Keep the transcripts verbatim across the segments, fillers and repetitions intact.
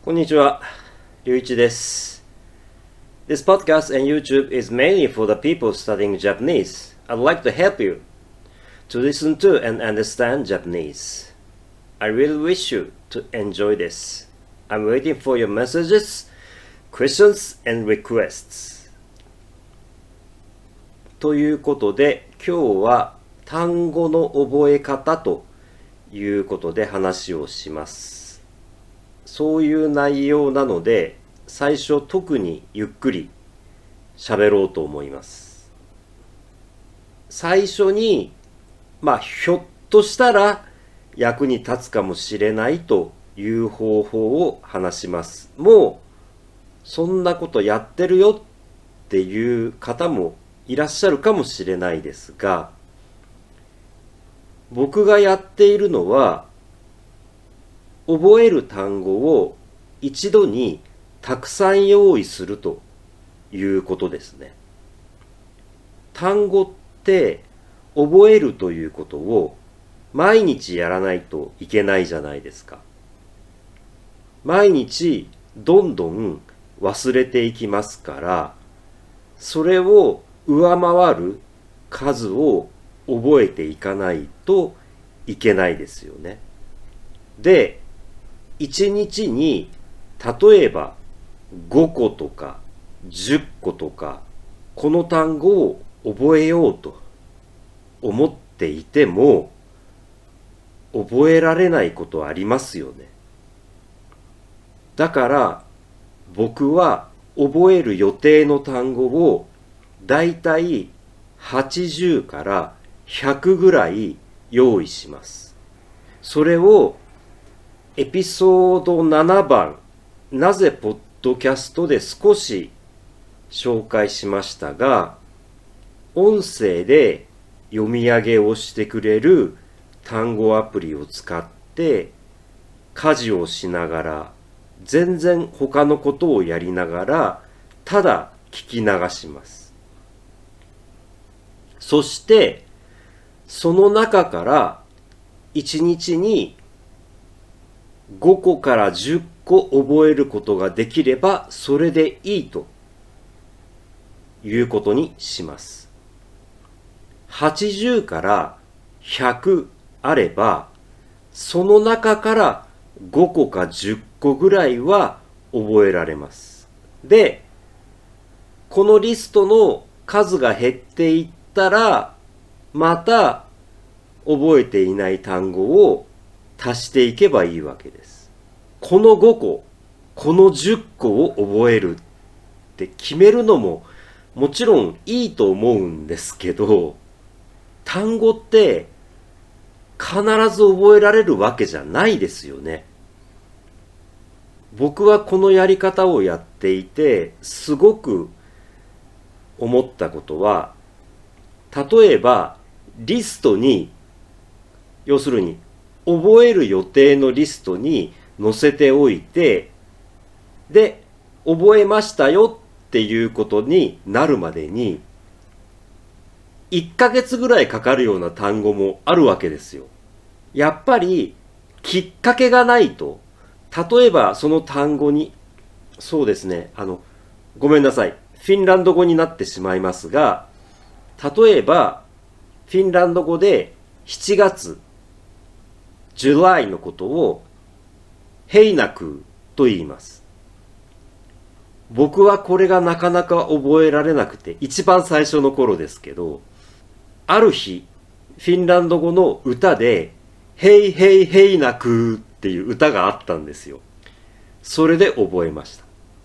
こんにちは、りゅういちです。This podcast and YouTube is mainly for the people studying Japanese. I'd like to help you to listen to and understand Japanese. I really wish you to enjoy this. I'm waiting for your messages, questions, and requests. ということで、今日は単語の覚え方ということで話をします。そういう内容なので、最初特にゆっくり喋ろうと思います。最初に、まあ、ひょっとしたら役に立つかもしれないという方法を話します。もう、そんなことやってるよっていう方もいらっしゃるかもしれないですが、僕がやっているのは、覚える単語を一度にたくさん用意するということですね。単語って覚えるということを毎日やらないといけないじゃないですか。毎日どんどん忘れていきますから、それを上回る数を覚えていかないといけないですよね。で、一日に例えばごことかじゅっことかこの単語を覚えようと思っていても覚えられないことありますよね。だから僕は覚える予定の単語をだいたいはちじゅうからひゃくぐらい用意します。それをエピソードななばん、なぜポッドキャストで少し紹介しましたが、音声で読み上げをしてくれる単語アプリを使って家事をしながら、全然他のことをやりながら、ただ聞き流します。そして、その中からいちにちにごこからじゅっこ覚えることができればそれでいいということにします。はちじゅうからひゃくあればその中からごこかじゅっこぐらいは覚えられます。で、このリストの数が減っていったらまた覚えていない単語を足していけばいいわけです。このごこ、このじゅっこを覚えるって決めるのももちろんいいと思うんですけど、単語って必ず覚えられるわけじゃないですよね。僕はこのやり方をやっていてすごく思ったことは、例えばリストに、要するに覚える予定のリストに載せておいて、で、覚えましたよっていうことになるまでに、いっかげつぐらいかかるような単語もあるわけですよ。やっぱり、きっかけがないと、例えばその単語に、そうですね、あの、ごめんなさい、フィンランド語になってしまいますが、例えば、フィンランド語でしちがつ、ジュライのことをヘイナクと言います。僕はこれがなかなか覚えられなくて、一番最初の頃ですけど、ある日、フィンランド語の歌で、ヘイヘイヘイナクっていう歌があったんですよ。それで覚えました。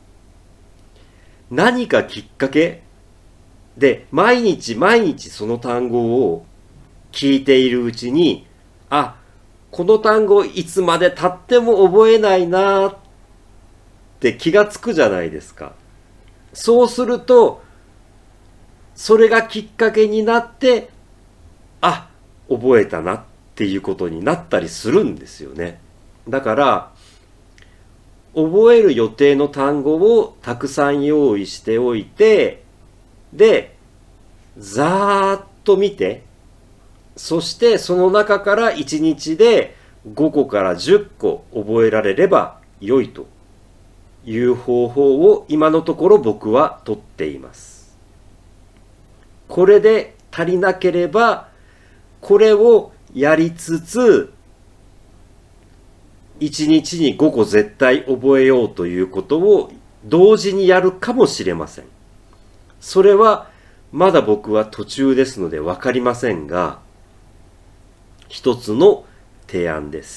何かきっかけで、毎日毎日その単語を聞いているうちに、あ、この単語いつまで経っても覚えないなーって気がつくじゃないですか。そうすると、それがきっかけになって、あ、覚えたなっていうことになったりするんですよね。だから、覚える予定の単語をたくさん用意しておいて、で、ざーっと見て、そしてその中からいちにちでごこからじゅっこ覚えられれば良いという方法を今のところ僕はとっています。これで足りなければ、これをやりつつ、いちにちにごこ絶対覚えようということを同時にやるかもしれません。それはまだ僕は途中ですのでわかりませんが、一つの提案です。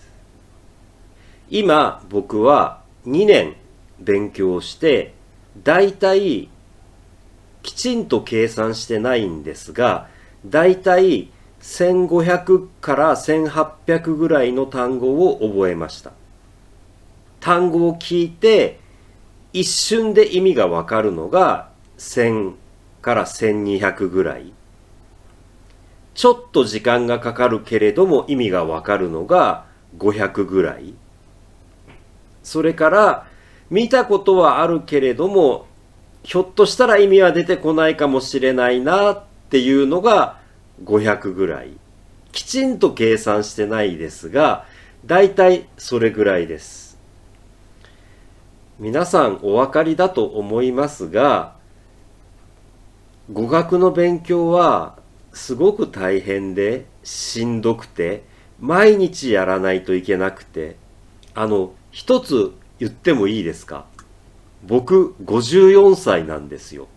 今僕はにねん勉強して、だいたいきちんと計算してないんですが、だいたいせんごひゃくからせんはっぴゃくぐらいの単語を覚えました。単語を聞いて一瞬で意味がわかるのがせんからせんにひゃくぐらい。ちょっと時間がかかるけれども意味がわかるのがごひゃくぐらい。それから見たことはあるけれども、ひょっとしたら意味は出てこないかもしれないなっていうのがごひゃくぐらい。きちんと計算してないですが、だいたいそれぐらいです。皆さんお分かりだと思いますが、語学の勉強はすごく大変でしんどくて、毎日やらないといけなくて、あの、一つ言ってもいいですか？僕ごじゅうよんさいなんですよ。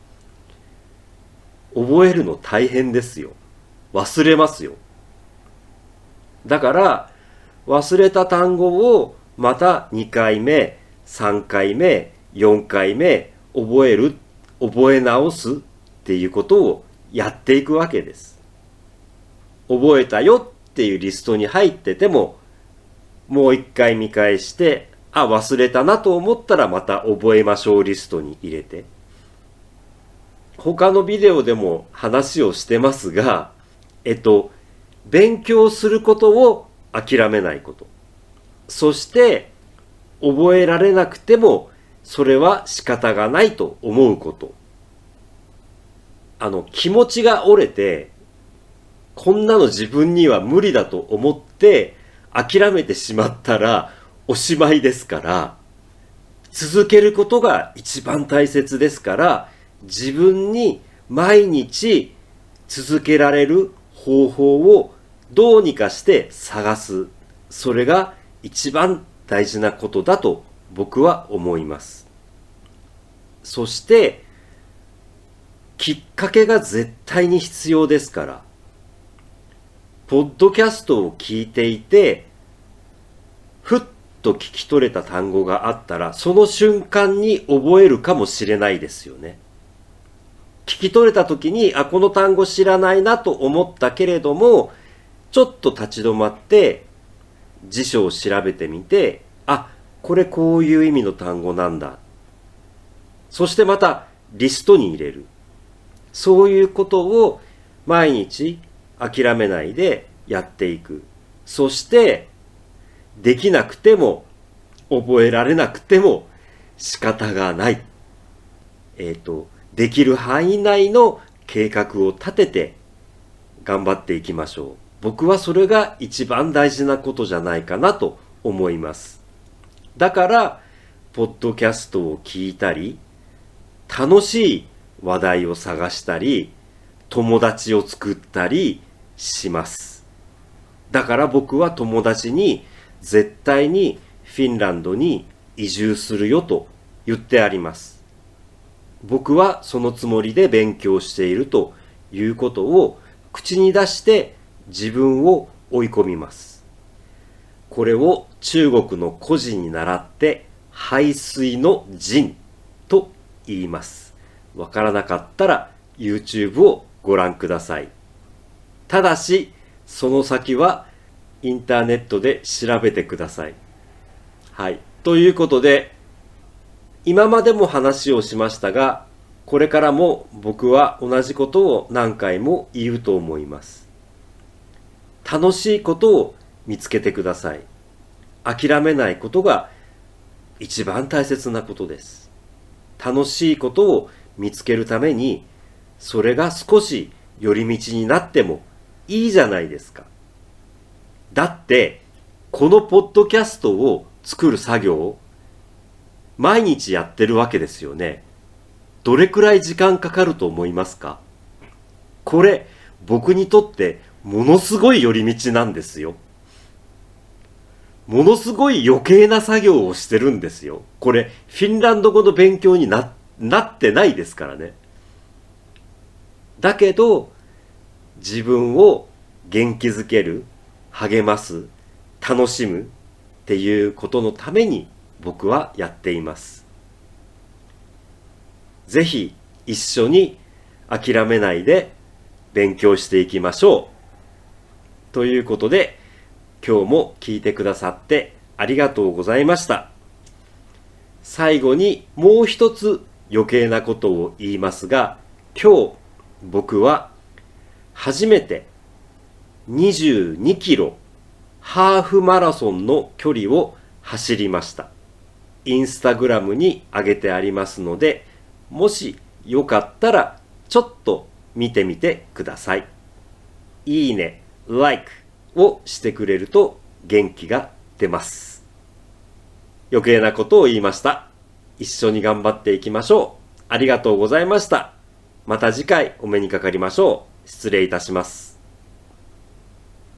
覚えるの大変ですよ。忘れますよ。だから忘れた単語をまたにかいめ、さんかいめ、よんかいめ覚える、覚え直すっていうことをやっていくわけです。覚えたよっていうリストに入ってても、もう一回見返して、あ、忘れたなと思ったらまた覚えましょうリストに入れて。他のビデオでも話をしてますが、えっと、勉強することを諦めないこと。そして、覚えられなくても、それは仕方がないと思うこと。あの、気持ちが折れて、こんなの自分には無理だと思って諦めてしまったらおしまいですから、続けることが一番大切ですから、自分に毎日続けられる方法をどうにかして探す。それが一番大事なことだと僕は思います。そして、きっかけが絶対に必要ですから、ポッドキャストを聞いていて、ふっと聞き取れた単語があったら、その瞬間に覚えるかもしれないですよね。聞き取れた時に、あ、この単語知らないなと思ったけれども、ちょっと立ち止まって辞書を調べてみて、あ、これこういう意味の単語なんだ。そしてまたリストに入れる。そういうことを毎日諦めないでやっていく。そしてできなくても覚えられなくても仕方がない。えっと、できる範囲内の計画を立てて頑張っていきましょう。僕はそれが一番大事なことじゃないかなと思います。だから、ポッドキャストを聞いたり、楽しい話題を探したり、友達を作ったりします。だから僕は友達に絶対にフィンランドに移住するよと言ってあります。僕はそのつもりで勉強しているということを口に出して自分を追い込みます。これを中国の故事に倣って背水の陣と言います。わからなかったら YouTube をご覧ください。ただし、その先はインターネットで調べてください。はい。ということで、今までも話をしましたが、これからも僕は同じことを何回も言うと思います。楽しいことを見つけてください。諦めないことが一番大切なことです。楽しいことを見つけるために、それが少し寄り道になってもいいじゃないですか。だって、このポッドキャストを作る作業、 毎日やってるわけですよね。どれくらい時間かかると思いますか？これ、僕にとってものすごい寄り道なんですよ。ものすごい余計な作業をしてるんですよ。これ、フィンランド語の勉強にな、なってないですからね。だけど、自分を元気づける、励ます、楽しむっていうことのために僕はやっています。ぜひ一緒に諦めないで勉強していきましょう。ということで、今日も聞いてくださってありがとうございました。最後にもう一つ余計なことを言いますが、今日僕は初めてにじゅうにキロハーフマラソンの距離を走りました。インスタグラムに上げてありますので、もしよかったらちょっと見てみてください。いいね、like をしてくれると元気が出ます。余計なことを言いました。一緒に頑張っていきましょう。ありがとうございました。また次回お目にかかりましょう。失礼いたします。